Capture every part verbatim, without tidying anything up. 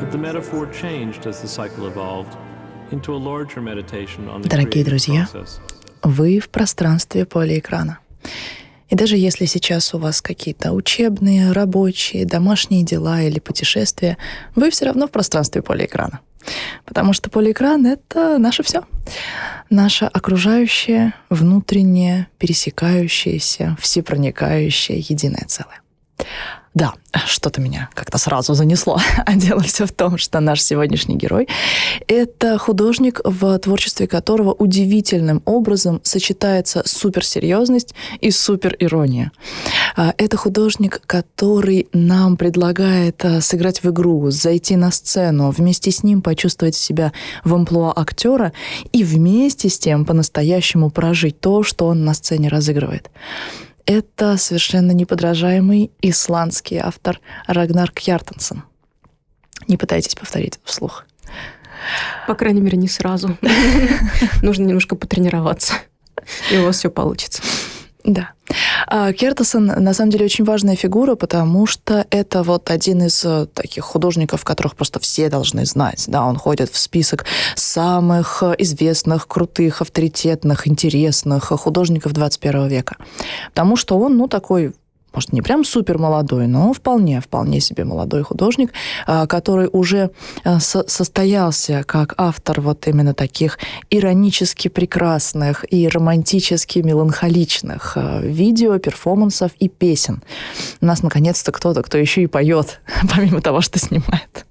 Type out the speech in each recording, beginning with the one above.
Дорогие друзья, вы в пространстве полеэкрана. И даже если сейчас у вас какие-то учебные, рабочие, домашние дела или путешествия, вы все равно в пространстве полеэкрана. Потому что полеэкран — это наше все. Наше окружающее, внутреннее, пересекающееся, всепроникающее, единое целое. Да, что-то меня как-то сразу занесло. А дело все в том, что наш сегодняшний герой — это художник, в творчестве которого удивительным образом сочетается суперсерьезность и суперирония. Это художник, который нам предлагает сыграть в игру, зайти на сцену, вместе с ним почувствовать себя в амплуа актера и вместе с тем по-настоящему прожить то, что он на сцене разыгрывает. Это совершенно неподражаемый исландский автор Рагнар Кjartansson. Не пытайтесь повторить это вслух. По крайней мере, не сразу. Нужно немножко потренироваться, и у вас все получится. Да. Кjartansson, на самом деле, очень важная фигура, потому что это вот один из таких художников, которых просто все должны знать. Да, он ходит в список самых известных, крутых, авторитетных, интересных художников двадцать первого века. Потому что он, ну, такой... Может, не прям супер молодой, но вполне, вполне себе молодой художник, который уже состоялся как автор вот именно таких иронически прекрасных и романтически меланхоличных видео, перформансов и песен. У нас, наконец-то, кто-то, кто еще и поет, помимо того, что снимает.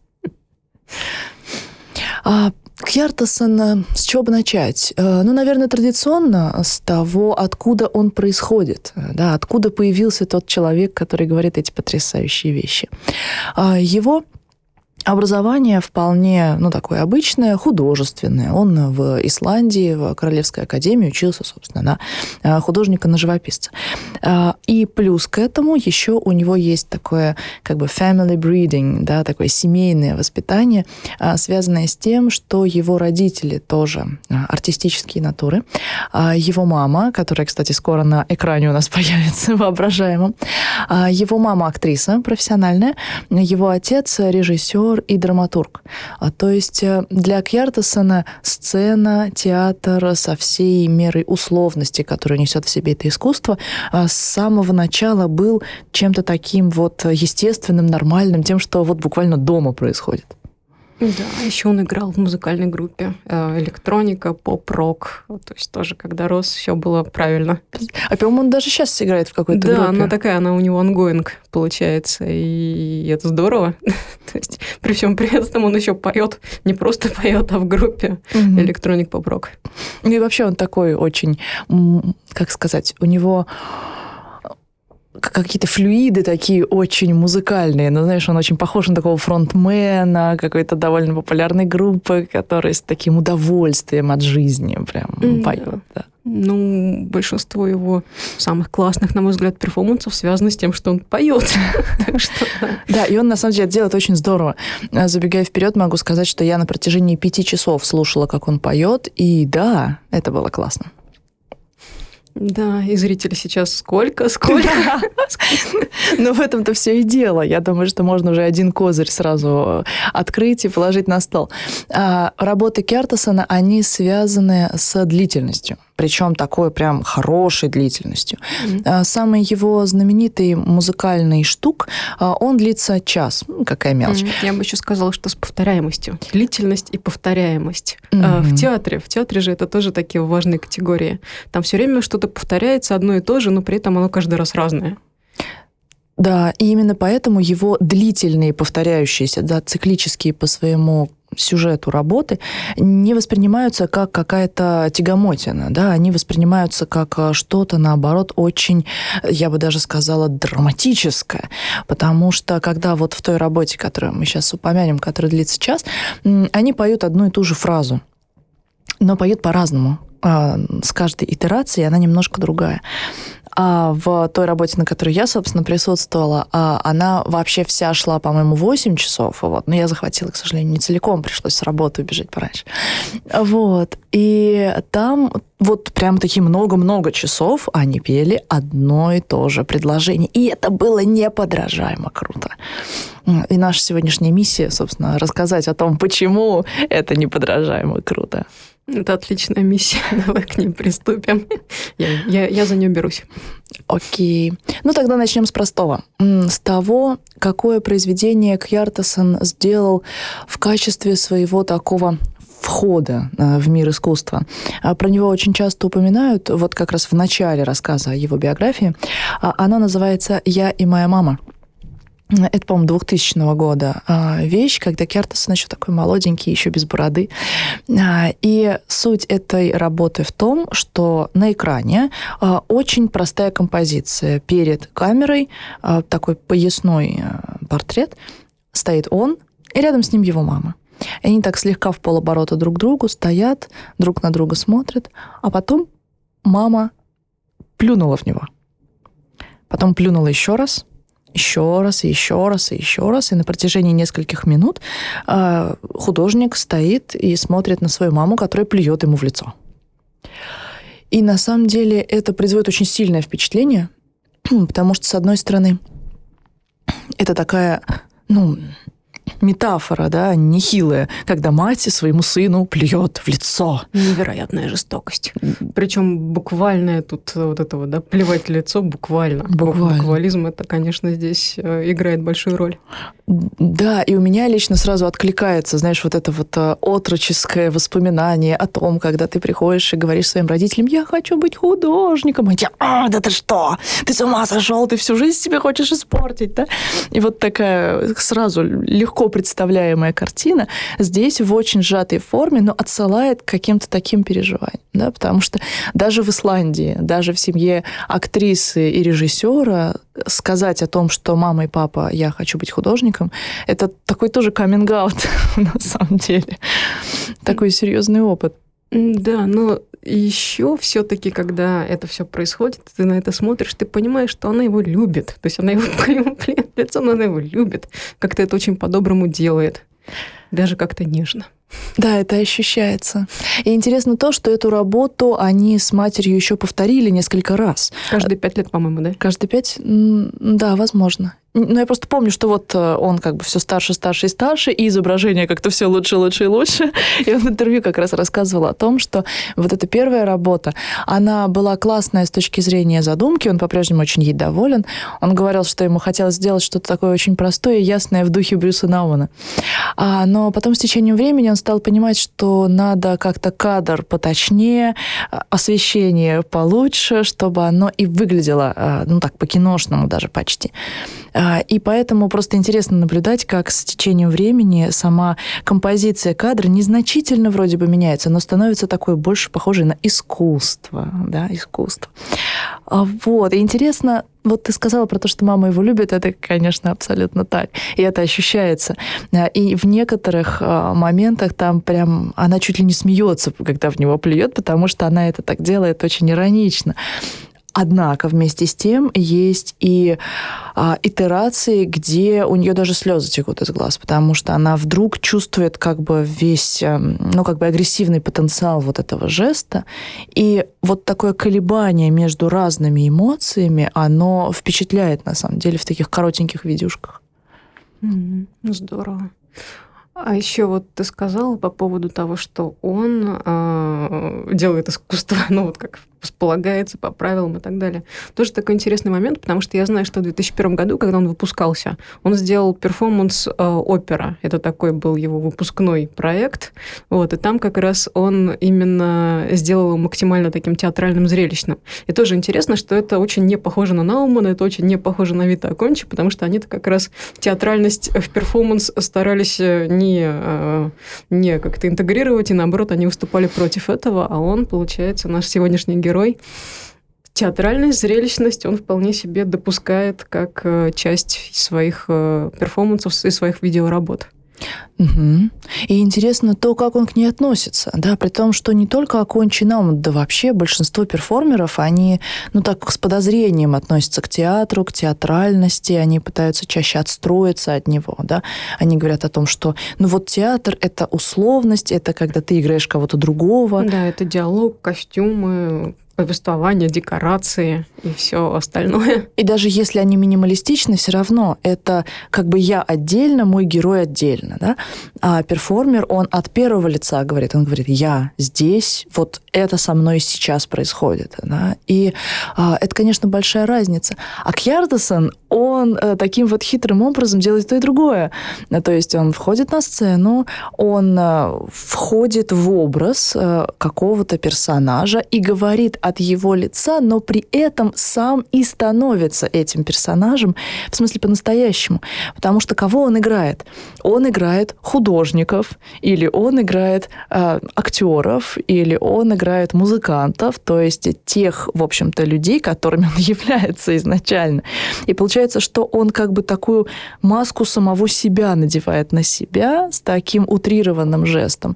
Кjartansson, с чего бы начать? Ну, наверное, традиционно с того, откуда он происходит, да, откуда появился тот человек, который говорит эти потрясающие вещи. Его образование вполне, ну, такое обычное, художественное. Он в Исландии, в Королевской академии учился, собственно, на художника, на живописца. И плюс к этому еще у него есть такое, как бы, family breeding, да, такое семейное воспитание, связанное с тем, что его родители тоже артистические натуры. Его мама, которая, кстати, скоро на экране у нас появится, воображаемом, его мама актриса профессиональная, его отец режиссер и драматург. То есть для Кjartansson сцена, театр со всей мерой условности, которую несет в себе это искусство, с самого начала был чем-то таким вот естественным, нормальным, тем, что вот буквально дома происходит. Да, еще он играл в музыкальной группе. Электроника, поп-рок. То есть тоже, когда рос, все было правильно. А, по-моему, он даже сейчас играет в какой-то да, группе. Да, она такая, она у него ongoing получается, и это здорово. То есть при всем при этом он еще поет, не просто поет, а в группе угу. электроник, поп-рок. И вообще он такой очень, как сказать, у него... какие-то флюиды такие очень музыкальные. Ну, знаешь, он очень похож на такого фронтмена какой-то довольно популярной группы, который с таким удовольствием от жизни прям mm-hmm. поет. Да. Ну, большинство его самых классных, на мой взгляд, перформансов связано с тем, что он поет. Да, и он, на самом деле, делает очень здорово. Забегая вперед, могу сказать, что я на протяжении пяти часов слушала, как он поет, и да, это было классно. Да, и зрители сейчас сколько, сколько. Но в этом-то все и дело. Я думаю, что можно уже один козырь сразу открыть и положить на стол. Работы Кjartansson, они связаны с длительностью. Причем такой прям хорошей длительностью. Mm-hmm. Самый его знаменитый музыкальный штук, он длится час. Какая мелочь. Mm-hmm. Я бы еще сказала, что с повторяемостью. Длительность и повторяемость. Mm-hmm. В театре. В театре же это тоже такие важные категории. Там все время что-то повторяется одно и то же, но при этом оно каждый раз разное. Да, и именно поэтому его длительные, повторяющиеся, да, циклические по своему сюжету работы не воспринимаются как какая-то тягомотина, да, они воспринимаются как что-то, наоборот, очень, я бы даже сказала, драматическое, потому что когда вот в той работе, которую мы сейчас упомянем, которая длится час, они поют одну и ту же фразу, но поют по-разному. С каждой итерацией она немножко другая. А в той работе, на которой я, собственно, присутствовала, она вообще вся шла, по-моему, восемь часов. Вот. Но я захватила, к сожалению, не целиком, пришлось с работы убежать пораньше. Вот. И там вот прям таки много-много часов они пели одно и то же предложение. И это было неподражаемо круто. И наша сегодняшняя миссия, собственно, рассказать о том, почему это неподражаемо круто. Это отличная миссия, давай к ней приступим. Я, я, я за нее берусь. Окей. Ну, тогда начнем с простого. С того, какое произведение Кьяртосон сделал в качестве своего такого входа в мир искусства. Про него очень часто упоминают, вот как раз в начале рассказа о его биографии. Оно называется «Я и моя мама». Это, по-моему, двухтысячного года вещь, когда Кьяртосон еще такой молоденький, еще без бороды. И суть этой работы в том, что на экране очень простая композиция. Перед камерой такой поясной портрет. Стоит он, и рядом с ним его мама. И они так слегка в полоборота друг к другу стоят, друг на друга смотрят, а потом мама плюнула в него. Потом плюнула еще раз, еще раз, и еще раз, и еще раз. И на протяжении нескольких минут э, художник стоит и смотрит на свою маму, которая плюет ему в лицо. И на самом деле это производит очень сильное впечатление, потому что, с одной стороны, это такая, ну, метафора, да, нехилая, когда мать своему сыну плюет в лицо. Невероятная жестокость. Причем буквальная тут вот этого, да, плевать в лицо буквально. Буквально. Буквализм, это, конечно, здесь играет большую роль. Да, и у меня лично сразу откликается, знаешь, вот это вот отроческое воспоминание о том, когда ты приходишь и говоришь своим родителям: я хочу быть художником. А те: а, да ты что? Ты с ума сошел? Ты всю жизнь себе хочешь испортить, да? И вот такая сразу легко представляемая картина здесь в очень сжатой форме, но отсылает к каким-то таким переживаниям, да, потому что даже в Исландии, даже в семье актрисы и режиссера сказать о том, что мама и папа, я хочу быть художником, это такой тоже каминг-аут на самом деле. Такой серьезный опыт. Да, но еще все-таки, когда это все происходит, ты на это смотришь, ты понимаешь, что она его любит. То есть она его плюет в лицо, но она его любит. Как-то это очень по-доброму делает. Даже как-то нежно. Да, это ощущается. И интересно то, что эту работу они с матерью еще повторили несколько раз. Каждые пять лет, по-моему, да? Каждые пять? Да, возможно. Но я просто помню, что вот он как бы все старше, старше и старше, и изображение как-то все лучше, лучше и лучше. И он в интервью как раз рассказывал о том, что вот эта первая работа, она была классная с точки зрения задумки, он по-прежнему очень ей доволен. Он говорил, что ему хотелось сделать что-то такое очень простое и ясное в духе Брюса Наумана. А, но потом с течением времени он стал понимать, что надо как-то кадр поточнее, освещение получше, чтобы оно и выглядело, ну так, по-киношному даже почти. И поэтому просто интересно наблюдать, как с течением времени сама композиция кадра незначительно вроде бы меняется, но становится такой больше похожей на искусство, да, искусство. Вот, и интересно, вот ты сказала про то, что мама его любит, это, конечно, абсолютно так, и это ощущается. И в некоторых моментах там прям она чуть ли не смеется, когда в него плюет, потому что она это так делает очень иронично. Однако вместе с тем есть и а, итерации, где у нее даже слезы текут из глаз, потому что она вдруг чувствует как бы весь, ну, как бы агрессивный потенциал вот этого жеста. И вот такое колебание между разными эмоциями, оно впечатляет, на самом деле, в таких коротеньких видюшках. Mm-hmm. Здорово. А еще вот ты сказала по поводу того, что он э, делает искусство, ну вот как полагается, по правилам и так далее. Тоже такой интересный момент, потому что я знаю, что в две тысячи первом году, когда он выпускался, он сделал перформанс э, «Опера». Это такой был его выпускной проект. Вот, и там как раз он именно сделал его максимально таким театральным, зрелищным. И тоже интересно, что это очень не похоже на Наумана, это очень не похоже на Вита Акончи, потому что они-то как раз театральность в перформанс старались не, не как-то интегрировать, и наоборот, они выступали против этого, а он, получается, наш сегодняшний герой, театральность, зрелищность он вполне себе допускает как часть своих перформансов и своих видеоработ. Угу. И интересно то, как он к ней относится, да, при том, что не только Акончи Науман, да вообще большинство перформеров, они, ну так, с подозрением относятся к театру, к театральности, они пытаются чаще отстроиться от него, да, они говорят о том, что, ну вот театр — это условность, это когда ты играешь кого-то другого. Да, это диалог, костюмы, повествование, декорации и все остальное. И даже если они минималистичны, все равно это как бы я отдельно, мой герой отдельно, да? А перформер, он от первого лица говорит, он говорит, я здесь, вот это со мной сейчас происходит, да? И а, это, конечно, большая разница. А Кьяртосон, он а, таким вот хитрым образом делает то и другое. То есть он входит на сцену, он а, входит в образ а, какого-то персонажа и говорит от его лица, но при этом сам и становится этим персонажем, в смысле по-настоящему. Потому что кого он играет? Он играет художников, или он играет э, актеров, или он играет музыкантов, то есть тех, в общем-то, людей, которыми он является изначально. И получается, что он как бы такую маску самого себя надевает на себя с таким утрированным жестом.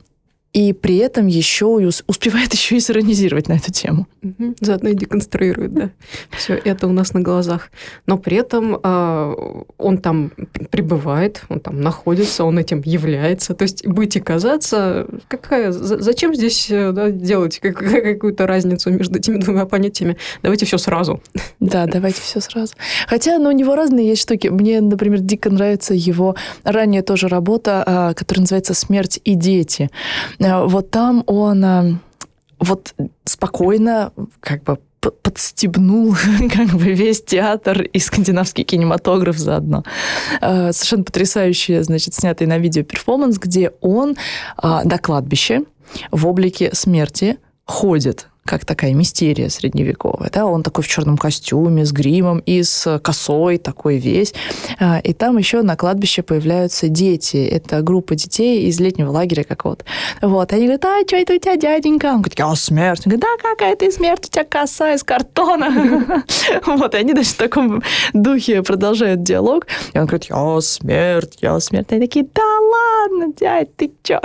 И при этом еще успевает еще и сиронизировать на эту тему. Угу. Заодно и деконструирует, да. Все это у нас на глазах. Но при этом э, он там пребывает, он там находится, он этим является. То есть быть и казаться, какая, зачем здесь да, делать какую-то разницу между этими двумя понятиями? Давайте все сразу. Да, давайте все сразу. Хотя ну, у него разные есть штуки. Мне, например, дико нравится его ранняя тоже работа, которая называется «Смерть и дети». Вот там он вот спокойно как бы подстебнул как бы весь театр и скандинавский кинематограф заодно. Совершенно потрясающий, значит, снятый на видео перформанс, где он на кладбище в облике смерти ходит, как такая мистерия средневековая. Да? Он такой в черном костюме, с гримом и с косой, такой весь. И там еще на кладбище появляются дети. Это группа детей из летнего лагеря какого-то. Вот. Они говорят, а что это у тебя, дяденька? Он говорит, я смерть. Он говорит, да, какая ты смерть? У тебя коса из картона. Вот. И они даже в таком духе продолжают диалог. И он говорит, я смерть, я смерть. Они такие, да ладно, дядь, ты чё?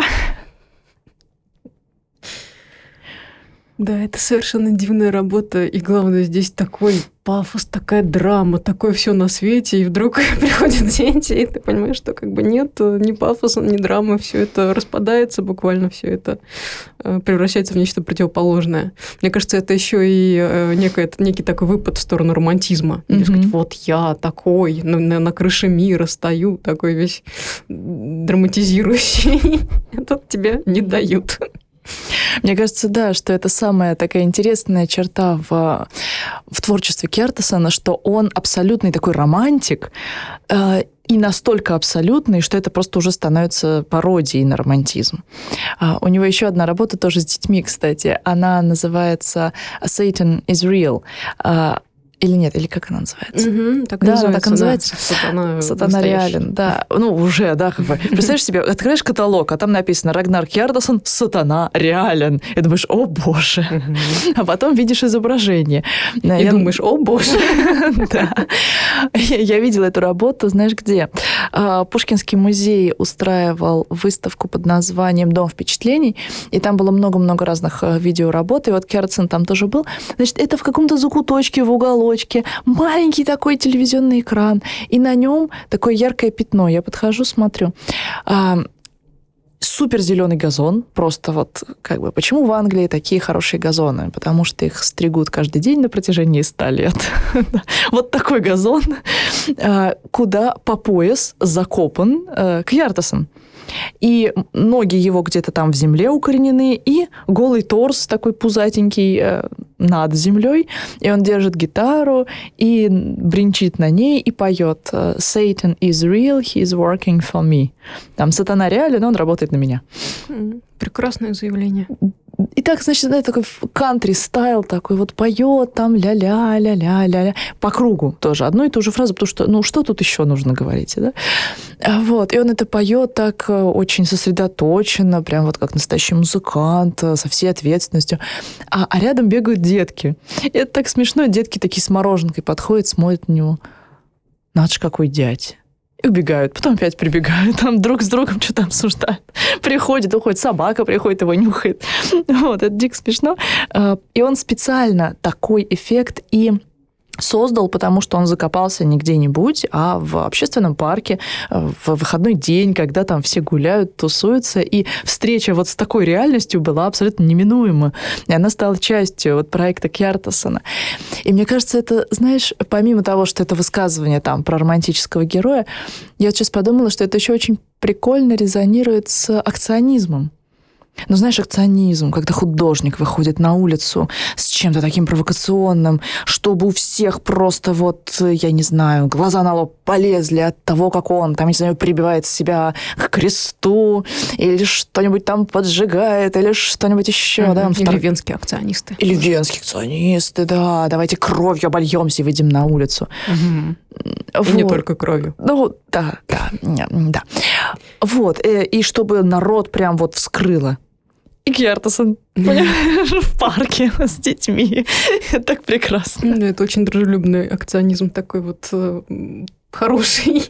Да, это совершенно дивная работа, и главное, здесь такой пафос, такая драма, такое все на свете, и вдруг приходят дети, и ты понимаешь, что как бы нет ни пафоса, ни драмы, все это распадается буквально, все это превращается в нечто противоположное. Мне кажется, это еще и некий, некий такой выпад в сторону романтизма. Mm-hmm. Сказать, вот я такой, на, на, на крыше мира стою, такой весь драматизирующий, а тут тебя не дают. Мне кажется, да, что это самая такая интересная черта в, в творчестве Кьяртосона, что он абсолютный такой романтик, э, и настолько абсолютный, что это просто уже становится пародией на романтизм. Uh, у него еще одна работа тоже с детьми, кстати. Она называется «Satan is real». Uh, Или нет, или как она называется? Угу, так да, называется, так и называется. Да. Сатана, Сатана реален, да. Ну, уже, да, как бы. Представляешь себе, открываешь каталог, а там написано Рагнар Кьяртосон, Сатана реален. И думаешь, о боже. Угу. А потом видишь изображение. И Я... думаешь, о боже. Да. Я видела эту работу, знаешь, где? Пушкинский музей устраивал выставку под названием «Дом впечатлений», и там было много-много разных видеоработ, и вот Кьяртосон там тоже был. Значит, это в каком-то закуточке, в уголочке, маленький такой телевизионный экран, и на нем такое яркое пятно. Я подхожу, смотрю. А, супер зеленый газон, просто вот как бы почему в Англии такие хорошие газоны? Потому что их стригут каждый день на протяжении ста лет. Вот такой газон, куда по пояс закопан Кьяртосон. И ноги его где-то там в земле укоренены, и голый торс такой пузатенький э, над землей, и он держит гитару и бренчит на ней и поет «Satan is real, he is working for me». Там «Сатана реален, он работает на меня». Прекрасное заявление. И так, значит, это такой кантри-стайл такой, вот поет там ля-ля, ля-ля, ля-ля, по кругу тоже, одну и ту же фразу, потому что, ну, что тут еще нужно говорить, да? Вот, и он это поет так очень сосредоточенно, прям вот как настоящий музыкант, со всей ответственностью, а, а рядом бегают детки. И это так смешно, детки такие с мороженкой подходят, смотрят на него, надо же, какой дядь. И убегают, потом опять прибегают, там друг с другом что-то обсуждают. Приходит, уходит, собака приходит, его нюхает. Вот, это дико смешно. И он специально такой эффект и создал, потому что он закопался не где-нибудь, а в общественном парке в выходной день, когда там все гуляют, тусуются, и встреча вот с такой реальностью была абсолютно неминуема. И она стала частью вот проекта Кьяртасона. И мне кажется, это, знаешь, помимо того, что это высказывание там про романтического героя, я вот сейчас подумала, что это еще очень прикольно резонирует с акционизмом. Ну, знаешь, акционизм, когда художник выходит на улицу с чем-то таким провокационным, чтобы у всех просто вот, я не знаю, глаза на лоб полезли от того, как он, там, не знаю, прибивает себя к кресту, или что-нибудь там поджигает, или что-нибудь еще. Mm-hmm. Да, или втор... венские акционисты. Или венские акционисты, да. Давайте кровью обольемся и выйдем на улицу. Mm-hmm. Вот. И не только кровью. Ну, да, да, да. Вот, и чтобы народ прям вот вскрыло. И Кьяртасон в парке с детьми. Это так прекрасно. Ну, это очень дружелюбный акционизм такой вот э, хороший,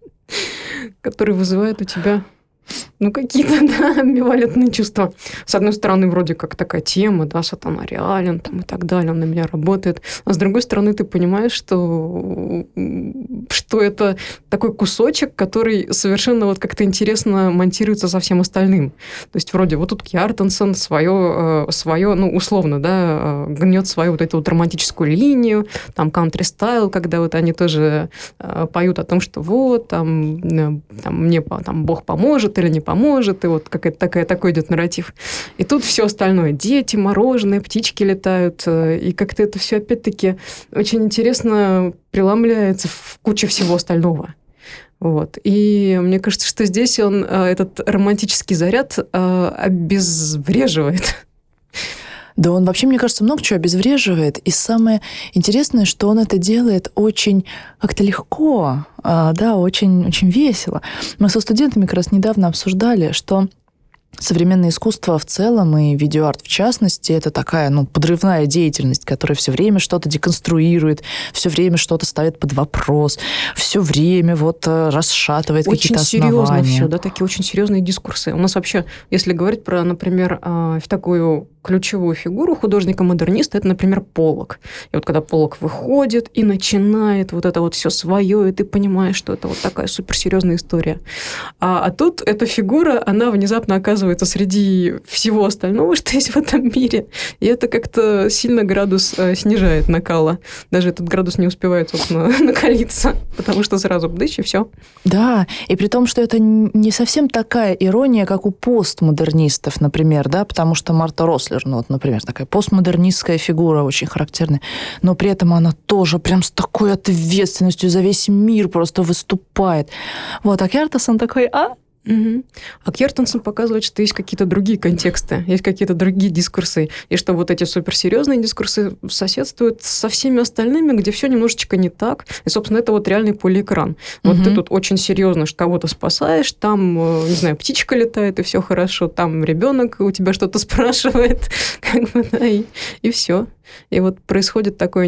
который вызывает у тебя ну, какие-то, да, амбивалентные чувства. С одной стороны, вроде как такая тема, да, сатана реален, там, и так далее, он на меня работает. А с другой стороны, ты понимаешь, что, что это такой кусочек, который совершенно вот как-то интересно монтируется со всем остальным. То есть, вроде, вот тут Кьяртасон свое, свое, ну, условно, да, гнет свою вот эту вот романтическую линию, там, country-style, когда вот они тоже поют о том, что вот, там, там мне там, Бог поможет, или не поможет, и вот какая-то такая, такой идет нарратив. И тут все остальное. Дети, мороженое, птички летают, и как-то это все опять-таки очень интересно преломляется в куче всего остального. Вот. И мне кажется, что здесь он этот романтический заряд обезвреживает. Да он вообще, мне кажется, много чего обезвреживает. И самое интересное, что он это делает очень как-то легко, да, очень, очень весело. Мы со студентами как раз недавно обсуждали, что современное искусство в целом и видеоарт в частности, это такая, ну, подрывная деятельность, которая все время что-то деконструирует, все время что-то ставит под вопрос, все время вот расшатывает очень какие-то основания. Очень серьезно все, да, такие очень серьезные дискурсы. У нас вообще, если говорить про, например, в такую ключевую фигуру художника-модерниста, это, например, Поллок. И вот когда Поллок выходит и начинает вот это вот все свое, и ты понимаешь, что это вот такая суперсерьезная история. А, а тут эта фигура, она внезапно оказывается среди всего остального, что есть в этом мире. И это как-то сильно градус э, снижает накала. Даже этот градус не успевает, собственно, накалиться, потому что сразу бдыщ, и все. Да, и при том, что это не совсем такая ирония, как у постмодернистов, например, да, потому что Марта Рослер, ну вот, например, такая постмодернистская фигура, очень характерная, но при этом она тоже прям с такой ответственностью за весь мир просто выступает. Вот, а Кьяртасон такой, а? Угу. А Кьяртасон показывает, что есть какие-то другие контексты, есть какие-то другие дискурсы, и что вот эти суперсерьезные дискурсы соседствуют со всеми остальными, где все немножечко не так. И, собственно, это вот реальный полиэкран. Вот угу. Ты тут очень серьезно кого-то спасаешь, там, не знаю, птичка летает, и все хорошо, там ребенок у тебя что-то спрашивает, как бы, да, и, и все. И вот происходит такое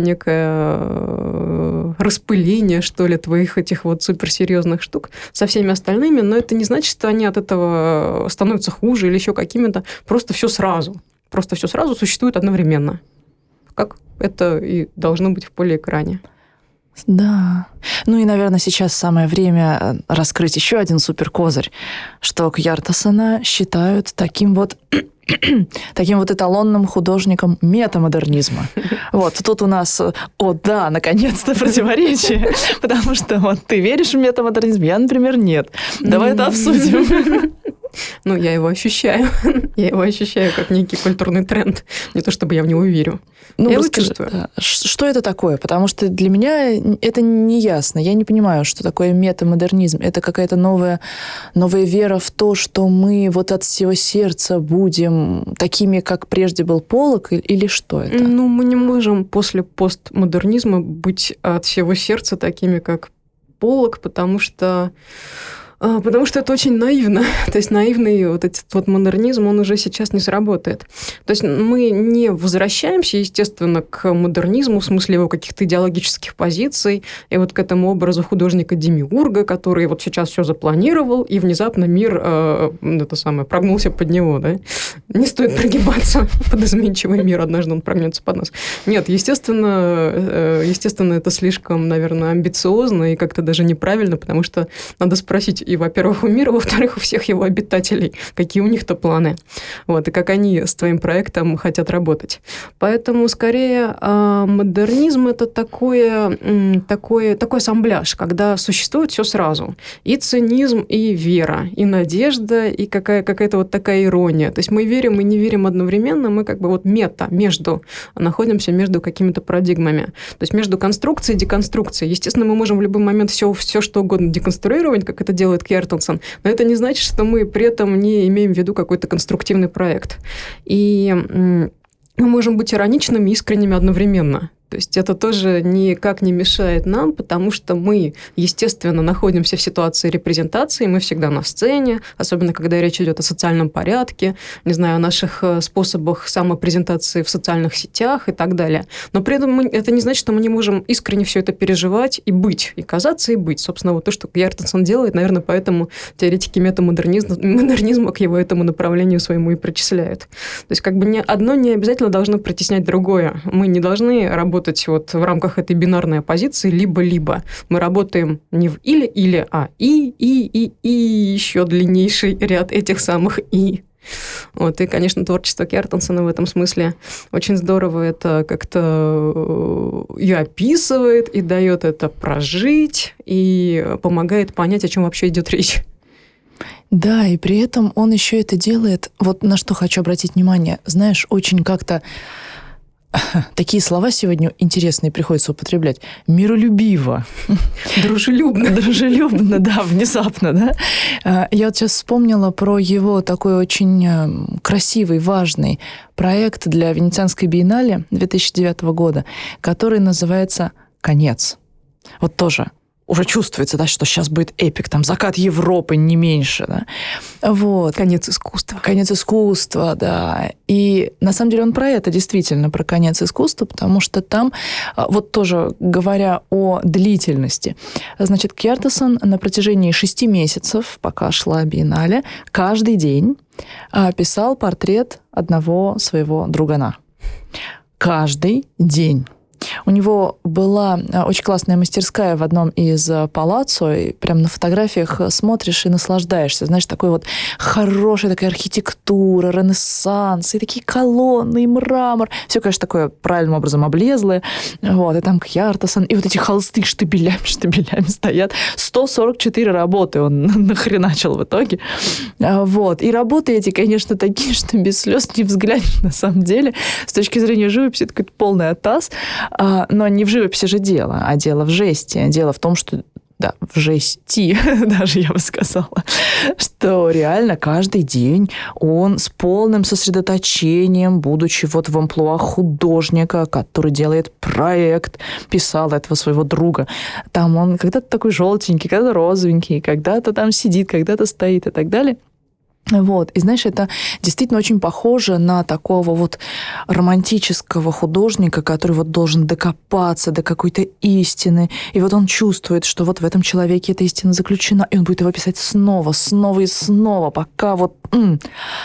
некое распыление, что ли, твоих этих вот суперсерьезных штук со всеми остальными, но это не значит, что они от этого становятся хуже или еще какими-то. Просто все сразу. Просто все сразу существует одновременно. Как это и должно быть в полиэкране. Да. Ну и, наверное, сейчас самое время раскрыть еще один суперкозырь, что Кьяртасона считают таким вот таким вот эталонным художником метамодернизма. Вот, тут у нас, о да, наконец-то противоречие, потому что вот ты веришь в метамодернизм, я, например, нет. Давай это обсудим. Ну, я его ощущаю. Я его ощущаю как некий культурный тренд. Не то, чтобы я в него верю. Ну, я расскажи, его чувствую. Что это такое? Потому что для меня это не ясно. Я не понимаю, что такое метамодернизм. Это какая-то новая, новая вера в то, что мы вот от всего сердца будем такими, как прежде был Поллок, или что это? Ну, мы не можем после постмодернизма быть от всего сердца такими, как Поллок, потому что Потому что это очень наивно. То есть наивный вот этот вот модернизм, он уже сейчас не сработает. То есть мы не возвращаемся, естественно, к модернизму в смысле его каких-то идеологических позиций и вот к этому образу художника-демиурга, который вот сейчас все запланировал, и внезапно мир э, это самое, прогнулся под него. Да? Не стоит прогибаться под изменчивый мир, однажды он прогнется под нас. Нет, естественно, естественно, это слишком, наверное, амбициозно и как-то даже неправильно, потому что надо спросить, и, во-первых, у мира, во-вторых, у всех его обитателей, какие у них-то планы, вот, и как они с твоим проектом хотят работать. Поэтому, скорее, модернизм – это такое, такое, такой ассамбляж, когда существует все сразу. И цинизм, и вера, и надежда, и какая, какая-то вот такая ирония. То есть мы верим и не верим одновременно, мы как бы вот мета, между, находимся между какими-то парадигмами. То есть между конструкцией и деконструкцией. Естественно, мы можем в любой момент все, все что угодно деконструировать, как это делает Кьяртансон, но это не значит, что мы при этом не имеем в виду какой-то конструктивный проект. И мы можем быть ироничными и искренними одновременно. То есть это тоже никак не мешает нам, потому что мы, естественно, находимся в ситуации репрезентации, мы всегда на сцене, особенно когда речь идет о социальном порядке, не знаю, о наших способах самопрезентации в социальных сетях и так далее. Но при этом мы, это не значит, что мы не можем искренне все это переживать и быть, и казаться, и быть. Собственно, вот то, что Кьяртансон делает, наверное, поэтому теоретики метамодернизма модернизма к его этому направлению своему и причисляют. То есть как бы не, одно не обязательно должно притеснять другое. Мы не должны работать работать вот в рамках этой бинарной оппозиции либо-либо. Мы работаем не в или-или, а и, и, и, и еще длиннейший ряд этих самых и. Вот, и, конечно, творчество Кьяртансона в этом смысле очень здорово это как-то и описывает, и дает это прожить, и помогает понять, о чем вообще идет речь. Да, и при этом он еще это делает, вот на что хочу обратить внимание, знаешь, очень как-то такие слова сегодня интересные приходится употреблять. Миролюбиво. Дружелюбно. Дружелюбно, да, внезапно, да. Я вот сейчас вспомнила про его такой очень красивый, важный проект для Венецианской биеннале две тысячи девятого года, который называется «Конец». Вот тоже уже чувствуется, да, что сейчас будет эпик, там закат Европы не меньше, да. Вот. Конец искусства. Конец искусства, да. И на самом деле он про это, действительно, про конец искусства, потому что там, вот тоже говоря о длительности, значит, Кьяртансон на протяжении шести месяцев, пока шла биеннале, каждый день писал портрет одного своего другана. Каждый день. У него была очень классная мастерская в одном из палаццо, и прям на фотографиях смотришь и наслаждаешься. Знаешь, такой вот хорошая такая архитектура, ренессанс, и такие колонны, и мрамор. Все, конечно, такое правильным образом облезлое. Вот, и там Кьяртансон, и вот эти холсты штабелями, штабелями стоят. сто сорок четыре работы он нахреначил в итоге. Вот. И работы эти, конечно, такие, что без слез не взглянешь на самом деле. С точки зрения живописи, это какой-то полный атас. Но не в живописи же дело, а дело в жесте. Дело в том, что да, в жести, даже я бы сказала, что реально каждый день он с полным сосредоточением, будучи вот в амплуа художника, который делает проект, писал этого своего друга. Там он когда-то такой желтенький, когда-то розовенький, когда-то там сидит, когда-то стоит и так далее. Вот. И знаешь, это действительно очень похоже на такого вот романтического художника, который вот должен докопаться до какой-то истины. И вот он чувствует, что вот в этом человеке эта истина заключена, и он будет его писать снова, снова и снова, пока вот... М-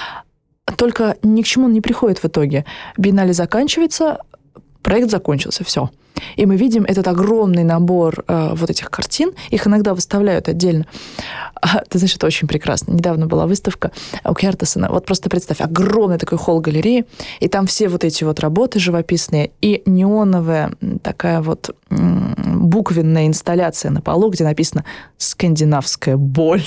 Только ни к чему он не приходит в итоге. Биеннале заканчивается, проект закончился, все. И мы видим этот огромный набор э, вот этих картин. Их иногда выставляют отдельно. А, ты знаешь, это очень прекрасно. Недавно была выставка у Кьяртансона. Вот просто представь, огромный такой холл галереи, и там все вот эти вот работы живописные, и неоновая такая вот м- буквенная инсталляция на полу, где написано «Скандинавская боль».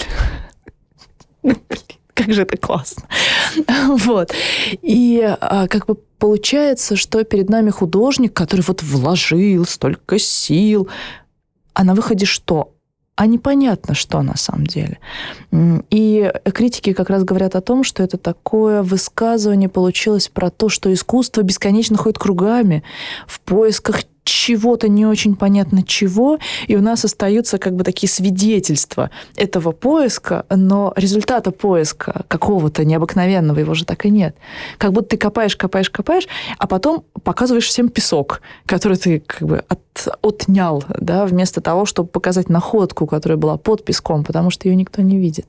Как же это классно. Вот. И как бы получается, что перед нами художник, который вот вложил столько сил, а на выходе что? А непонятно, что на самом деле. И критики как раз говорят о том, что это такое высказывание получилось про то, что искусство бесконечно ходит кругами в поисках чего-то не очень понятно чего, и у нас остаются как бы такие свидетельства этого поиска, но результата поиска какого-то необыкновенного его же так и нет. Как будто ты копаешь, копаешь, копаешь, а потом показываешь всем песок, который ты как бы от, отнял, да, вместо того, чтобы показать находку, которая была под песком, потому что ее никто не видит.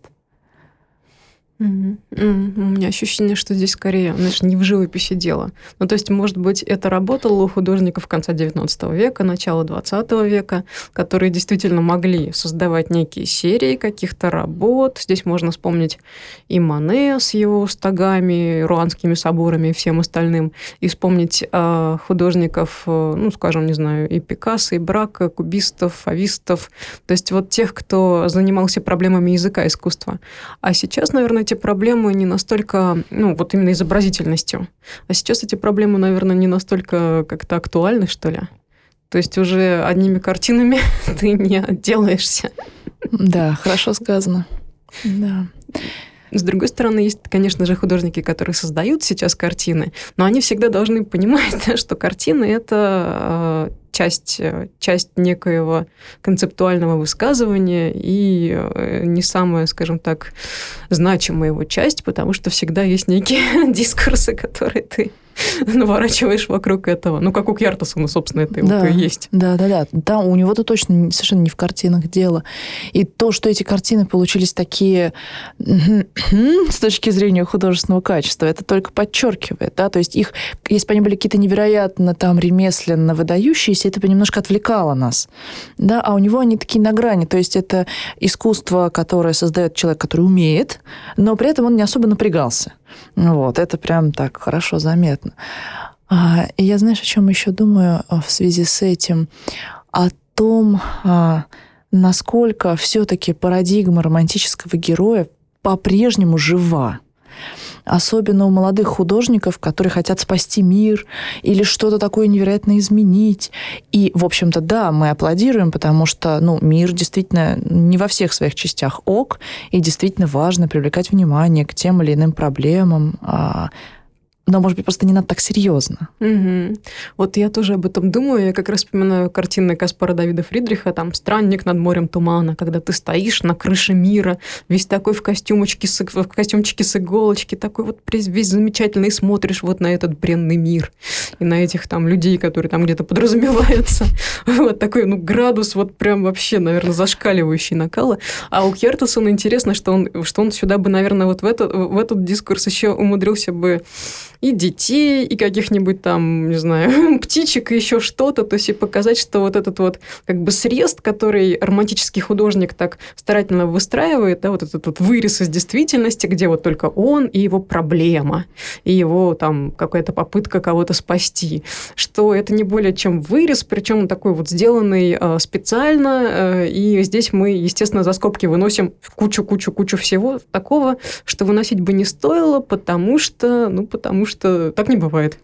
Mm-hmm. Mm-hmm. У меня ощущение, что здесь скорее, знаешь, не в живописи дело. Ну, то есть, может быть, это работало у художников конца девятнадцатого века, начала двадцатого века, которые действительно могли создавать некие серии каких-то работ. Здесь можно вспомнить и Мане с его стогами, руанскими соборами и всем остальным, и вспомнить э, художников, э, ну, скажем, не знаю, и Пикассо, и Брака, кубистов, фавистов, то есть вот тех, кто занимался проблемами языка искусства. А сейчас, наверное, эти проблемы не настолько, ну, вот именно изобразительностью. А сейчас эти проблемы, наверное, не настолько как-то актуальны, что ли. То есть уже одними картинами ты не отделаешься. Да, хорошо сказано. Да. С другой стороны, есть, конечно же, художники, которые создают сейчас картины, но они всегда должны понимать, да, что картины – это часть, часть некоего концептуального высказывания и не самая, скажем так, значимая его часть, потому что всегда есть некие дискурсы, которые ты наворачиваешь вокруг этого. Ну, как у Кьяртасона, собственно, это да, вот и есть. Да, да, да. Да, у него-то точно совершенно не в картинах дело. И то, что эти картины получились такие с точки зрения художественного качества, это только подчеркивает, да, то есть их, если бы они были какие-то невероятно там ремесленно выдающиеся, это бы немножко отвлекало нас, да, а у него они такие на грани, то есть это искусство, которое создает человек, который умеет, но при этом он не особо напрягался. Вот, это прям так хорошо заметно. И я, знаешь, о чем еще думаю в связи с этим? О том, насколько все-таки парадигма романтического героя по-прежнему жива. Особенно у молодых художников, которые хотят спасти мир или что-то такое невероятно изменить. И, в общем-то, да, мы аплодируем, потому что, ну, мир действительно не во всех своих частях ок, и действительно важно привлекать внимание к тем или иным проблемам. Но, может быть, просто не надо так серьезно. Угу. Вот я тоже об этом думаю. Я как раз вспоминаю картины Каспара Давида Фридриха, там «Странник над морем тумана», когда ты стоишь на крыше мира, весь такой в костюмочке, с, в костюмчике с иголочки, такой вот весь замечательный, и смотришь вот на этот бренный мир и на этих там людей, которые там где-то подразумеваются. Вот такой, ну, градус вот прям вообще, наверное, зашкаливающий накала. А у Кьяртасона интересно, что он, что он сюда бы, наверное, вот в этот, в этот дискурс еще умудрился бы и детей, и каких-нибудь там, не знаю, птичек, и еще что-то, то есть и показать, что вот этот вот как бы срез, который романтический художник так старательно выстраивает, да, вот этот вот вырез из действительности, где вот только он и его проблема, и его там какая-то попытка кого-то спасти, что это не более чем вырез, причем он такой вот сделанный э, специально, э, и здесь мы, естественно, за скобки выносим кучу-кучу-кучу всего такого, что выносить бы не стоило, потому что, ну, потому что так не бывает.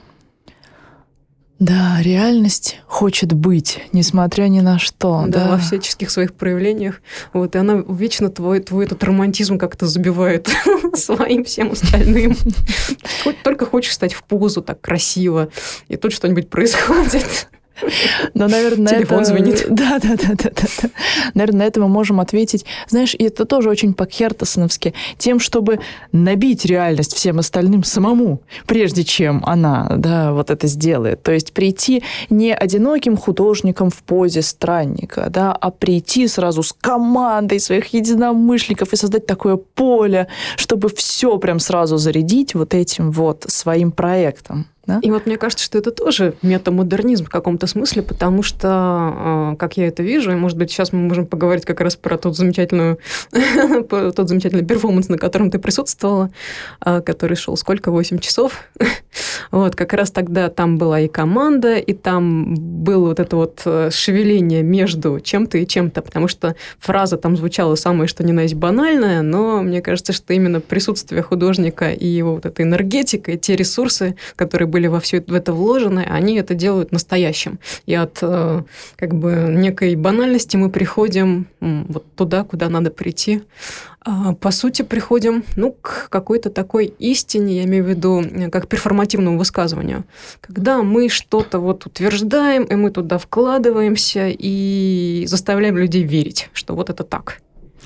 Да, реальность хочет быть, несмотря ни на что. Да, да. Во всяческих своих проявлениях. Вот, и она вечно твой, твой этот романтизм как-то забивает своим всем остальным. Только хочешь стать в позу так красиво, и тут что-нибудь происходит. Но, наверное, телефон это... звонит. Да, да, да, да, да. Наверное, на это мы можем ответить. Знаешь, и это тоже очень по-кьяртасоновски. Тем, чтобы набить реальность всем остальным самому, прежде чем она, да, вот это сделает. То есть прийти не одиноким художником в позе странника, да, а прийти сразу с командой своих единомышленников и создать такое поле, чтобы все прям сразу зарядить вот этим вот своим проектом. Да? И вот мне кажется, что это тоже метамодернизм в каком-то смысле, потому что, как я это вижу, и, может быть, сейчас мы можем поговорить как раз про тот замечательный, тот замечательный перформанс, на котором ты присутствовала, который шел сколько? восемь часов. Вот, как раз тогда там была и команда, и там было вот это вот шевеление между чем-то и чем-то, потому что фраза там звучала самое что ни на есть банальная, но мне кажется, что именно присутствие художника и его вот эта энергетика, и те ресурсы, которые были во все в это вложены, они это делают настоящим. И от как бы некой банальности мы приходим вот туда, куда надо прийти. По сути, приходим ну, к какой-то такой истине, я имею в виду, как перформативному высказыванию. Когда мы что-то вот утверждаем, и мы туда вкладываемся, и заставляем людей верить, что вот это так.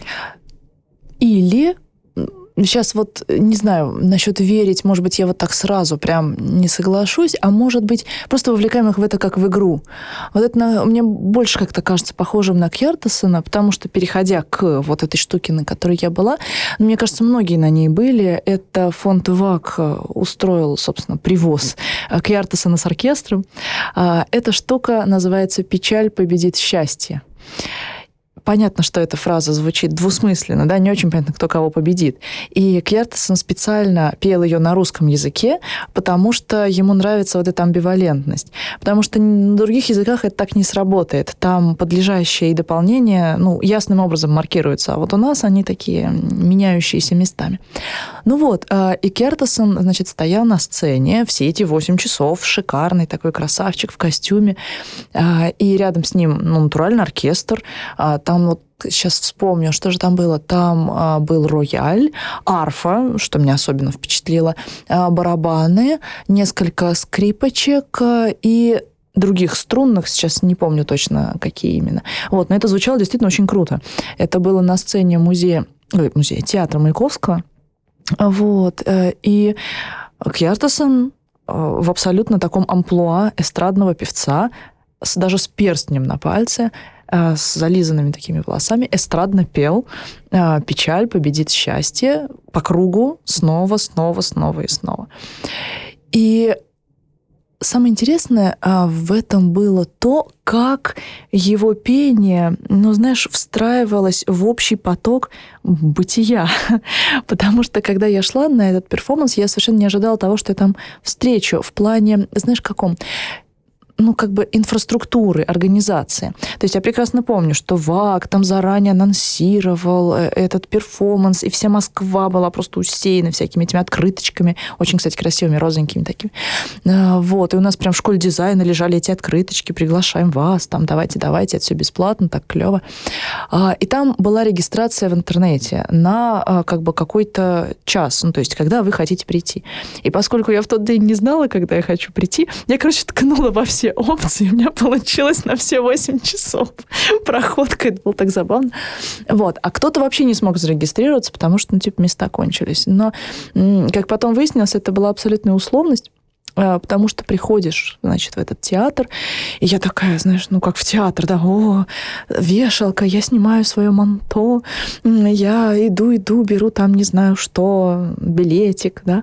Или... Сейчас вот, не знаю, насчет верить, может быть, я вот так сразу прям не соглашусь, а может быть, просто вовлекаем их в это как в игру. Вот это на, мне больше как-то кажется похожим на Кьяртасона, потому что, переходя к вот этой штуке, на которой я была, мне кажется, многие на ней были, это фонд ВАК устроил, собственно, привоз Кьяртасона с оркестром. Эта штука называется «Печаль победит счастье». Понятно, что эта фраза звучит двусмысленно, да, не очень понятно, кто кого победит. И Кьяртасон специально пел ее на русском языке, потому что ему нравится вот эта амбивалентность. Потому что на других языках это так не сработает. Там подлежащее и дополнение, ну, ясным образом маркируются. А вот у нас они такие меняющиеся местами. Ну вот, и Кьяртасон, значит, стоял на сцене все эти восемь часов, шикарный такой красавчик в костюме, и рядом с ним, ну, натуральный оркестр. Там вот сейчас вспомню, что же там было. Там а, был рояль, арфа, что меня особенно впечатлило, а, барабаны, несколько скрипочек и других струнных, сейчас не помню точно, какие именно. Вот, но это звучало действительно очень круто. Это было на сцене музея, ой, музея театра Маяковского. Вот, и Кьяртасон в абсолютно таком амплуа эстрадного певца, с, даже с перстнем на пальце, с зализанными такими волосами, эстрадно пел «Печаль победит счастье» по кругу снова, снова, снова и снова. И самое интересное в этом было то, как его пение, ну, знаешь, встраивалось в общий поток бытия. Потому что, когда я шла на этот перформанс, я совершенно не ожидала того, что я там встречу в плане, знаешь, каком? Ну, как бы инфраструктуры, организации. То есть я прекрасно помню, что ВАК там заранее анонсировал этот перформанс, и вся Москва была просто усеяна всякими этими открыточками, очень, кстати, красивыми, розовенькими такими. Вот, и у нас прям в школе дизайна лежали эти открыточки, приглашаем вас, там, давайте, давайте, это все бесплатно, так клево. И там была регистрация в интернете на как бы какой-то час, ну, то есть когда вы хотите прийти. И поскольку я в тот день не знала, когда я хочу прийти, я, короче, ткнула во все опции, у меня получилось на все восемь часов проходка, это было так забавно. Вот. А кто-то вообще не смог зарегистрироваться, потому что, ну, типа, места кончились. Но, как потом выяснилось, это была абсолютная условность, потому что приходишь, значит, в этот театр, и я такая, знаешь, ну, как в театр, да, о, вешалка, я снимаю свое манто, я иду, иду, беру там, не знаю что, билетик, да.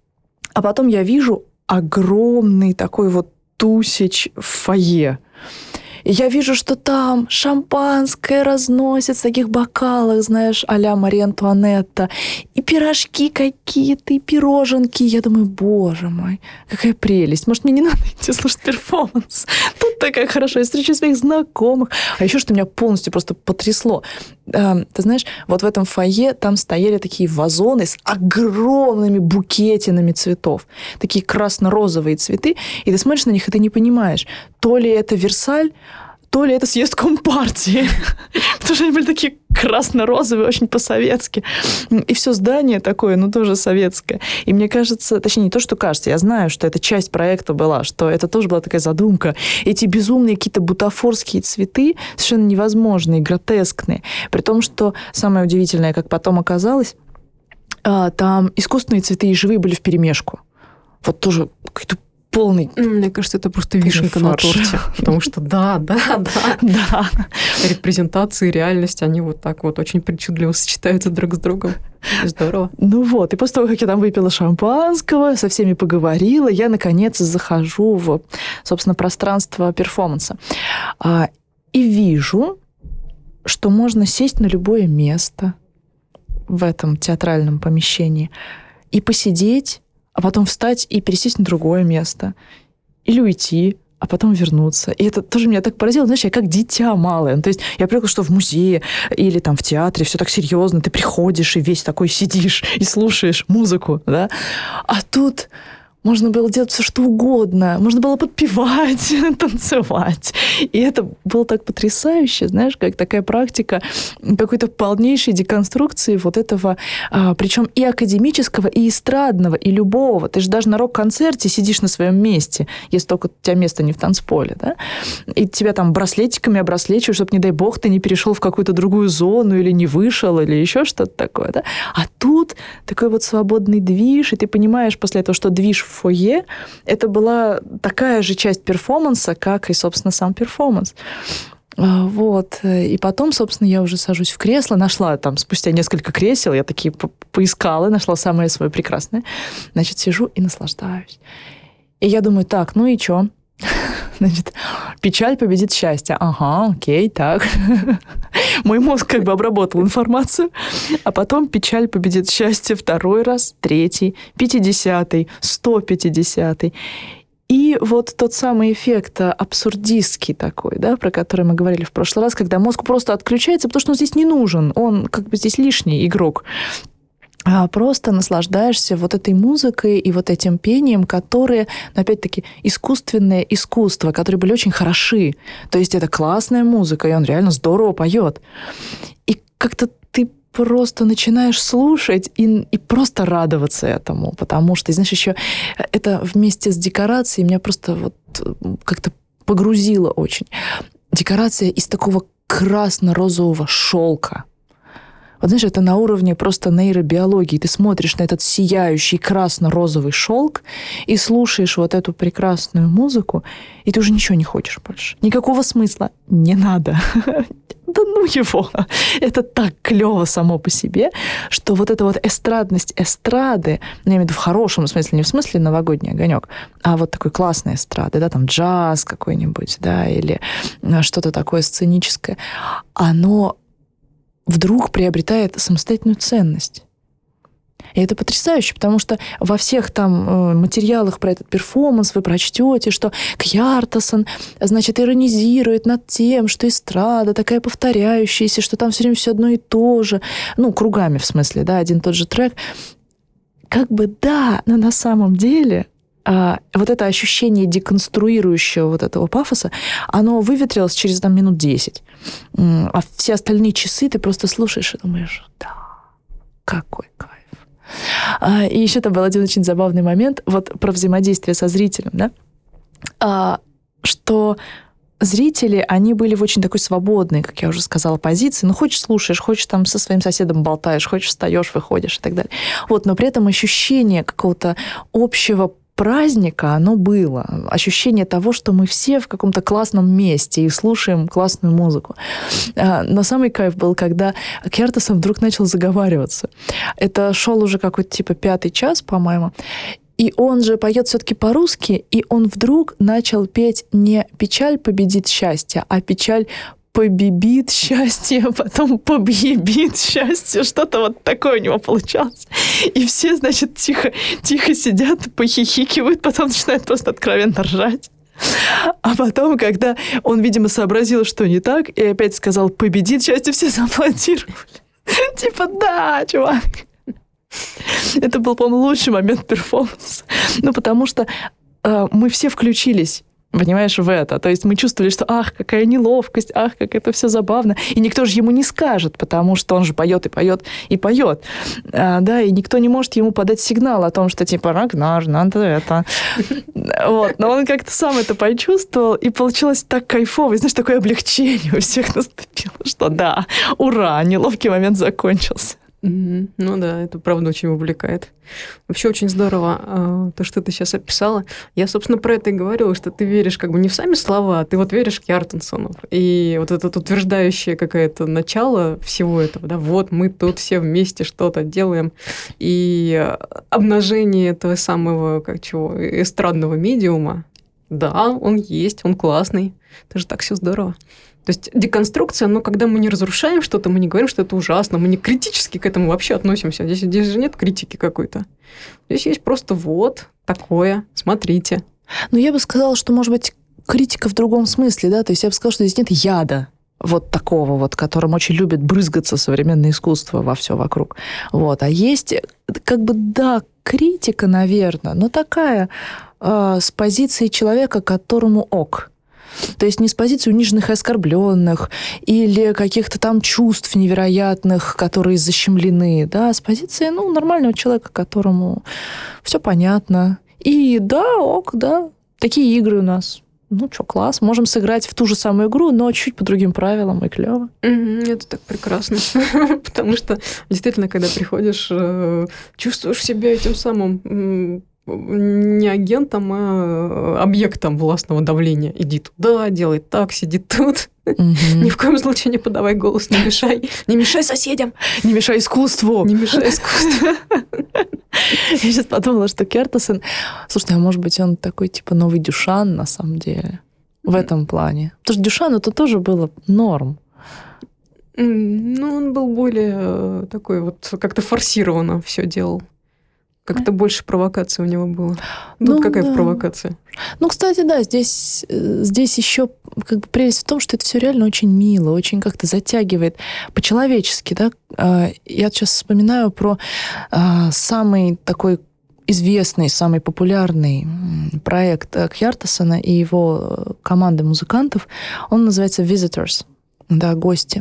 А потом я вижу огромный такой вот тусич в фойе. И я вижу, что там шампанское разносят в таких бокалах, знаешь, а-ля Мария Антуанетта. И пирожки какие-то, и пироженки. Я думаю, боже мой, какая прелесть. Может, мне не надо идти слушать перформанс? Тут такая хорошо. Я встречу своих знакомых. А еще что меня полностью просто потрясло. Ты знаешь, вот в этом фойе там стояли такие вазоны с огромными букетинами цветов. Такие красно-розовые цветы. И ты смотришь на них, и ты не понимаешь, то ли это Версаль, то ли это съезд Компартии. Потому что они были такие красно-розовые, очень по-советски. И все здание такое, ну, тоже советское. И мне кажется, точнее, не то, что кажется, я знаю, что это часть проекта была, что это тоже была такая задумка. Эти безумные какие-то бутафорские цветы, совершенно невозможные, гротескные. При том, что самое удивительное, как потом оказалось, там искусственные цветы и живые были вперемешку. Вот тоже какой-то полный... Мне кажется, это просто вишенка на торте. Потому что да, да, да. Да. Репрезентации и реальность, они вот так вот очень причудливо сочетаются друг с другом. Здорово. Ну вот, и после того, как я там выпила шампанского, со всеми поговорила, я, наконец, захожу в, собственно, пространство перформанса. И вижу, что можно сесть на любое место в этом театральном помещении и посидеть, а потом встать и пересесть на другое место. Или уйти, а потом вернуться. И это тоже меня так поразило. Знаешь, я как дитя малое. Ну, то есть я привыкла, что в музее или там в театре все так серьезно. Ты приходишь и весь такой сидишь и слушаешь музыку, да? А тут можно было делать все, что угодно. Можно было подпевать, танцевать. И это было так потрясающе, знаешь, как такая практика какой-то полнейшей деконструкции вот этого, а, причем и академического, и эстрадного, и любого. Ты же даже на рок-концерте сидишь на своем месте, если только у тебя место не в танцполе, да? И тебя там браслетиками обраслечивают, чтобы, не дай бог, ты не перешел в какую-то другую зону или не вышел, или еще что-то такое, да? А тут такой вот свободный движ, и ты понимаешь после этого, что движ в фойе — это была такая же часть перформанса, как и, собственно, сам перформанс. Вот. И потом, собственно, я уже сажусь в кресло, нашла там спустя несколько кресел, я такие поискала, нашла самое свое прекрасное. Значит, сижу и наслаждаюсь. И я думаю, так, ну и чё? Значит, печаль победит счастье. Ага, окей, так. Мой мозг как бы обработал информацию, а потом печаль победит счастье второй раз, третий, пятидесятый, сто пятидесятый. И вот тот самый эффект абсурдистский такой, да, про который мы говорили в прошлый раз, когда мозг просто отключается, потому что он здесь не нужен, он как бы здесь лишний игрок. А просто наслаждаешься вот этой музыкой и вот этим пением, которые, ну, опять-таки, искусственное искусство, которые были очень хороши. То есть это классная музыка, и он реально здорово поет. И как-то ты просто начинаешь слушать и, и просто радоваться этому, потому что, знаешь, еще это вместе с декорацией меня просто вот как-то погрузило очень. Декорация из такого красно-розового шелка. Вот знаешь, это на уровне просто нейробиологии. Ты смотришь на этот сияющий красно-розовый шелк и слушаешь вот эту прекрасную музыку, и ты уже ничего не хочешь больше. Никакого смысла не надо. Да ну его! Это так клево само по себе, что вот эта вот эстрадность эстрады, ну, я имею в виду в хорошем смысле, не в смысле новогодний огонек, а вот такой классной эстрады, да, там джаз какой-нибудь, да, или что-то такое сценическое, оно вдруг приобретает самостоятельную ценность. И это потрясающе, потому что во всех там материалах про этот перформанс вы прочтете, что Кьяртосон, значит, иронизирует над тем, что эстрада такая повторяющаяся, что там все время все одно и то же. Ну, кругами в смысле, да, один и тот же трек. Как бы да, но на самом деле а, вот это ощущение деконструирующего вот этого пафоса, оно выветрилось через там минут десять. А все остальные часы ты просто слушаешь и думаешь, да, какой кайф. А, и еще там был один очень забавный момент вот про взаимодействие со зрителем, да, а, что зрители, они были в очень такой свободной, как я уже сказала, позиции. Ну, хочешь слушаешь, хочешь там со своим соседом болтаешь, хочешь встаешь, выходишь и так далее. Вот, но при этом ощущение какого-то общего праздника, оно было. Ощущение того, что мы все в каком-то классном месте и слушаем классную музыку. Но самый кайф был, когда Кьяртосон вдруг начал заговариваться. Это шел уже какой-то типа пятый час, по-моему. И он же поет все-таки по-русски, и он вдруг начал петь не «Печаль победит счастье», а «Печаль побебит счастье», потом побъебит счастье, что-то вот такое у него получалось. И все, значит, тихо, тихо сидят, похихикивают, потом начинают просто откровенно ржать. А потом, когда он, видимо, сообразил, что не так, и опять сказал «победит счастье», все зааплодировали. Типа «да, чувак». Это был, по-моему, лучший момент перформанса. Ну, потому что э, мы все включились, понимаешь, в это. То есть мы чувствовали, что ах, какая неловкость, ах, как это все забавно. И никто же ему не скажет, потому что он же поет и поет и поет. А, да, и никто не может ему подать сигнал о том, что типа Рагнар, надо это. Вот. Но он как-то сам это почувствовал, и получилось так кайфово. И, знаешь, такое облегчение у всех наступило, что да, ура, неловкий момент закончился. Mm-hmm. Ну да, это правда очень увлекает. Вообще очень здорово то, что ты сейчас описала. Я, собственно, про это и говорила, что ты веришь как бы не в сами слова, а ты вот веришь Кьяртосону. И вот это утверждающее какое-то начало всего этого, да, вот мы тут все вместе что-то делаем, и обнажение этого самого, как чего, эстрадного медиума, да, он есть, он классный. Это же так все здорово. То есть деконструкция, но когда мы не разрушаем что-то, мы не говорим, что это ужасно, мы не критически к этому вообще относимся. Здесь, здесь же нет критики какой-то. Здесь есть просто вот такое, смотрите. Ну, я бы сказала, что, может быть, критика в другом смысле, да, то есть я бы сказала, что здесь нет яда. вот такого вот, которым очень любит брызгаться современное искусство во все вокруг. Вот. А есть, как бы, да, критика, наверное, но такая э, с позиции человека, которому ок. То есть не с позиции униженных и оскорбленных или каких-то там чувств невероятных, которые защемлены, да, а с позиции, ну, нормального человека, которому все понятно. И да, ок, да, такие игры у нас. Ну, что, класс. Можем сыграть в ту же самую игру, но чуть по другим правилам, и клево. Это так прекрасно. Потому что действительно, когда приходишь, чувствуешь себя этим самым не агентом, а объектом властного давления. Иди туда, делай так, сиди тут. Ни в коем случае не подавай голос, не мешай. Не мешай соседям. Не мешай искусству. Не мешай искусству. Я сейчас подумала, что Кертисон... Слушай, а может быть, он такой, типа, новый Дюшан, на самом деле, в этом плане? Потому что Дюшану это тоже было норм. Ну, он был более такой вот, как-то форсированно все делал. Как-то больше провокации у него было. Тут ну, какая да. провокация? Ну, кстати, да, здесь, здесь еще как бы прелесть в том, что это все реально очень мило, очень как-то затягивает по-человечески, да. Я сейчас вспоминаю про самый такой известный, самый популярный проект Кьяртасона и его команды музыкантов. Он называется Visitors, да, гости.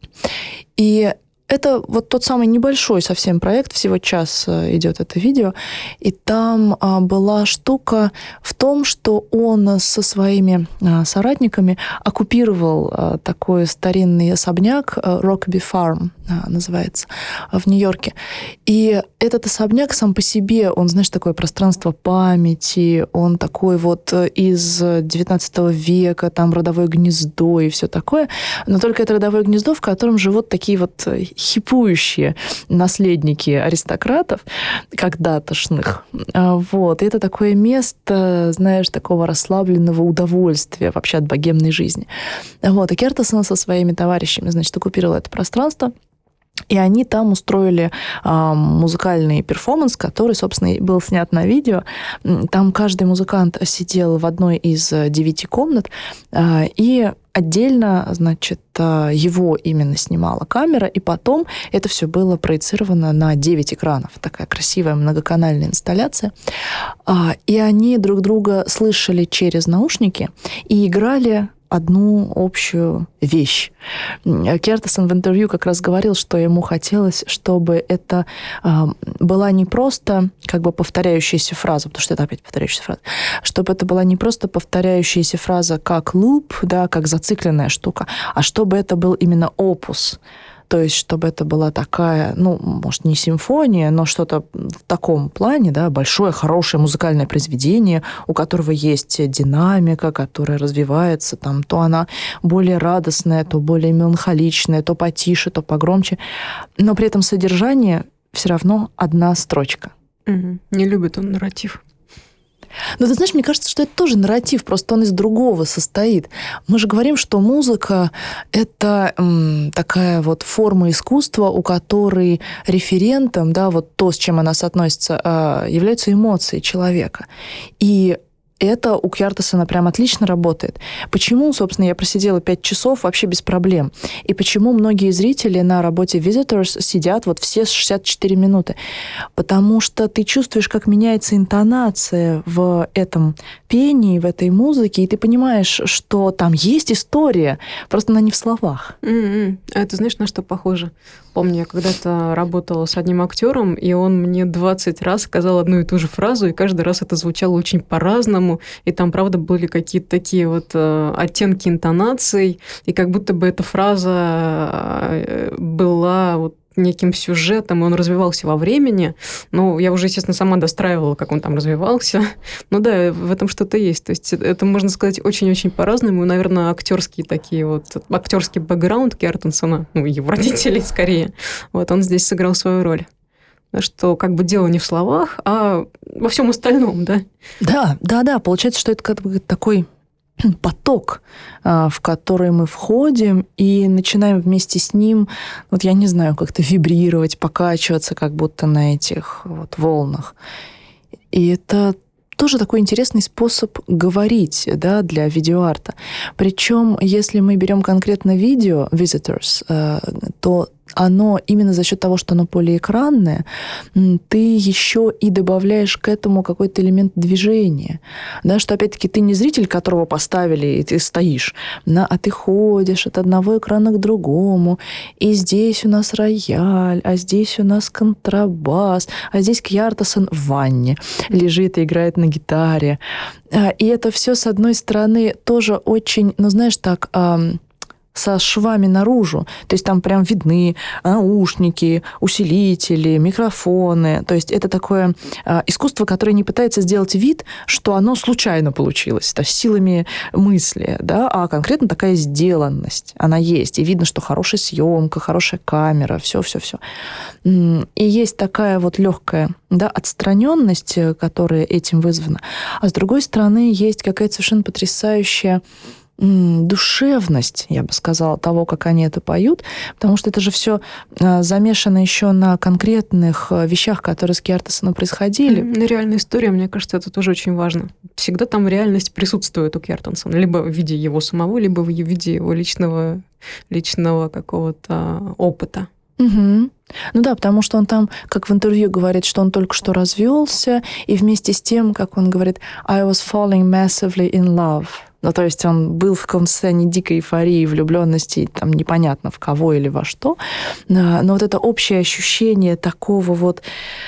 И это вот тот самый небольшой совсем проект, всего час идет это видео, и там а, была штука в том, что он со своими а, соратниками оккупировал а, такой старинный особняк, Rockaby Farm а, называется, в Нью-Йорке. И этот особняк сам по себе, он, знаешь, такое пространство памяти, он такой вот из девятнадцатого века, там родовое гнездо и все такое, но только это родовое гнездо, в котором живут такие вот хипующие наследники аристократов когда-тошных. Вот. И это такое место, знаешь, такого расслабленного удовольствия вообще от богемной жизни. Вот. И Кертисон со своими товарищами, значит, оккупировал это пространство. И они там устроили а, музыкальный перформанс, который, собственно, был снят на видео. Там каждый музыкант сидел в одной из девяти комнат, а, и отдельно, значит, его именно снимала камера, и потом это все было проецировано на девять экранов. Такая красивая многоканальная инсталляция. А, и они друг друга слышали через наушники и играли одну общую вещь. Кертисон в интервью как раз говорил, что ему хотелось, чтобы это э, была не просто как бы повторяющаяся фраза, потому что это опять повторяющаяся фраза, чтобы это была не просто повторяющаяся фраза как луп, да, как зацикленная штука, а чтобы это был именно опус. То есть, чтобы это была такая, ну, может, не симфония, но что-то в таком плане, да, большое, хорошее музыкальное произведение, у которого есть динамика, которая развивается, там, то она более радостная, то более меланхоличная, то потише, то погромче. Но при этом содержание все равно одна строчка. Угу. Не любит он нарратив. Но ты знаешь, мне кажется, что это тоже нарратив, просто он из другого состоит. Мы же говорим, что музыка — это м, такая вот форма искусства, у которой референтом, да, вот то, с чем она соотносится, э, являются эмоции человека. И это у Кьяртасона прям отлично работает. Почему, собственно, я просидела пять часов вообще без проблем? И почему многие зрители на работе Visitors сидят вот все шестьдесят четыре минуты? Потому что ты чувствуешь, как меняется интонация в этом пении, в этой музыке, и ты понимаешь, что там есть история, просто она не в словах. Mm-hmm. А это знаешь, на что похоже? Помню, я когда-то работала с одним актером, и он мне двадцать раз сказал одну и ту же фразу, и каждый раз это звучало очень по-разному, и там, правда, были какие-то такие вот э, оттенки интонаций, и как будто бы эта фраза э, была вот неким сюжетом, и он развивался во времени. Ну, я уже, естественно, сама достраивала, как он там развивался. Ну да, в этом что-то есть. То есть это, можно сказать, очень-очень по-разному. И, наверное, актерские такие вот, актерский бэкграунд Кертисона, ну, его родителей скорее, вот он здесь сыграл свою роль. Что как бы дело не в словах, а во всем остальном, да? Да, да, да. Получается, что это как бы такой поток, в который мы входим и начинаем вместе с ним, вот я не знаю, как-то вибрировать, покачиваться, как будто на этих вот волнах. И это тоже такой интересный способ говорить, да, для видеоарта. Причем, если мы берем конкретно видео Visitors, то оно именно за счет того, что оно полиэкранное, ты еще и добавляешь к этому какой-то элемент движения. Да, что, опять-таки, ты не зритель, которого поставили, и ты стоишь, да, а ты ходишь от одного экрана к другому, и здесь у нас рояль, а здесь у нас контрабас, а здесь Кьяртосон в ванне лежит и играет на гитаре. И это все, с одной стороны, тоже очень, ну, знаешь, так... со швами наружу. То есть там прям видны наушники, усилители, микрофоны. То есть это такое а, искусство, которое не пытается сделать вид, что оно случайно получилось, то есть силами мысли, да, а конкретно такая сделанность. Она есть. И видно, что хорошая съемка, хорошая камера, все-все-все. И есть такая вот легкая, да, отстраненность, которая этим вызвана. А с другой стороны, есть какая-то совершенно потрясающая душевность, я бы сказала, того, как они это поют, потому что это же все замешано еще на конкретных вещах, которые с Кьяртосоном происходили. На реальной истории, мне кажется, это тоже очень важно. Всегда там реальность присутствует у Кьяртосона, либо в виде его самого, либо в виде его личного, личного какого-то опыта. Угу. Ну да, потому что он там, как в интервью говорит, что он только что развелся, и вместе с тем, как он говорит, I was falling massively in love. Ну, то есть он был в каком-то состоянии дикой эйфории, влюбленности, там непонятно в кого или во что. Но вот это общее ощущение такого вот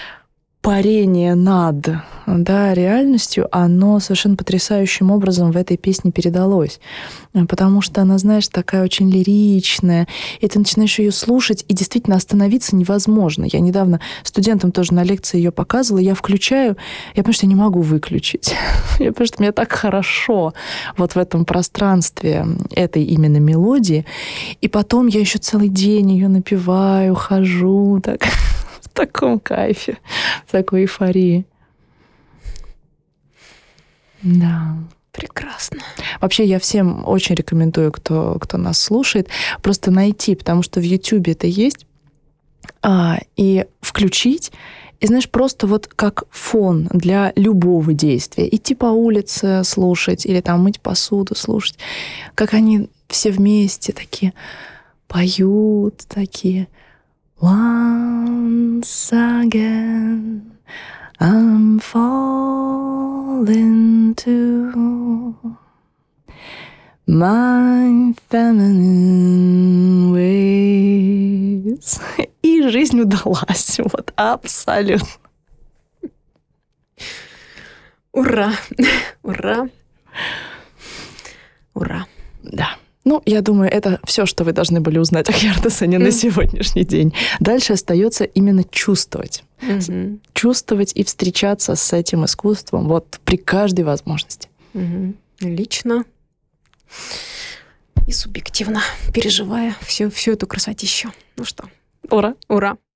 парения над, да, реальностью, оно совершенно потрясающим образом в этой песне передалось. Потому что она, знаешь, такая очень лиричная, и ты начинаешь ее слушать, и действительно остановиться невозможно. Я недавно студентам тоже на лекции ее показывала, я включаю, я понимаю, что я не могу выключить. Я понимаю, что мне так хорошо вот в этом пространстве этой именно мелодии. И потом я еще целый день ее напеваю, хожу так... в таком кайфе, в такой эйфории. Да. Прекрасно. Вообще, я всем очень рекомендую, кто, кто нас слушает, просто найти, потому что в Ютубе это есть, а, и включить, и, знаешь, просто вот как фон для любого действия. Идти по улице слушать, или там мыть посуду слушать, как они все вместе такие поют, такие... Once again, I'm falling to my feminine ways. И жизнь удалась. Вот абсолютно. Ура! Ура! Ура! Да. Ну, я думаю, это все, что вы должны были узнать о Кьяртосоне mm. на сегодняшний день. Дальше остается именно чувствовать. Mm-hmm. Чувствовать и встречаться с этим искусством вот при каждой возможности. Mm-hmm. Лично и субъективно, переживая всю, всю эту красотищу. Ну что, ура! Ура!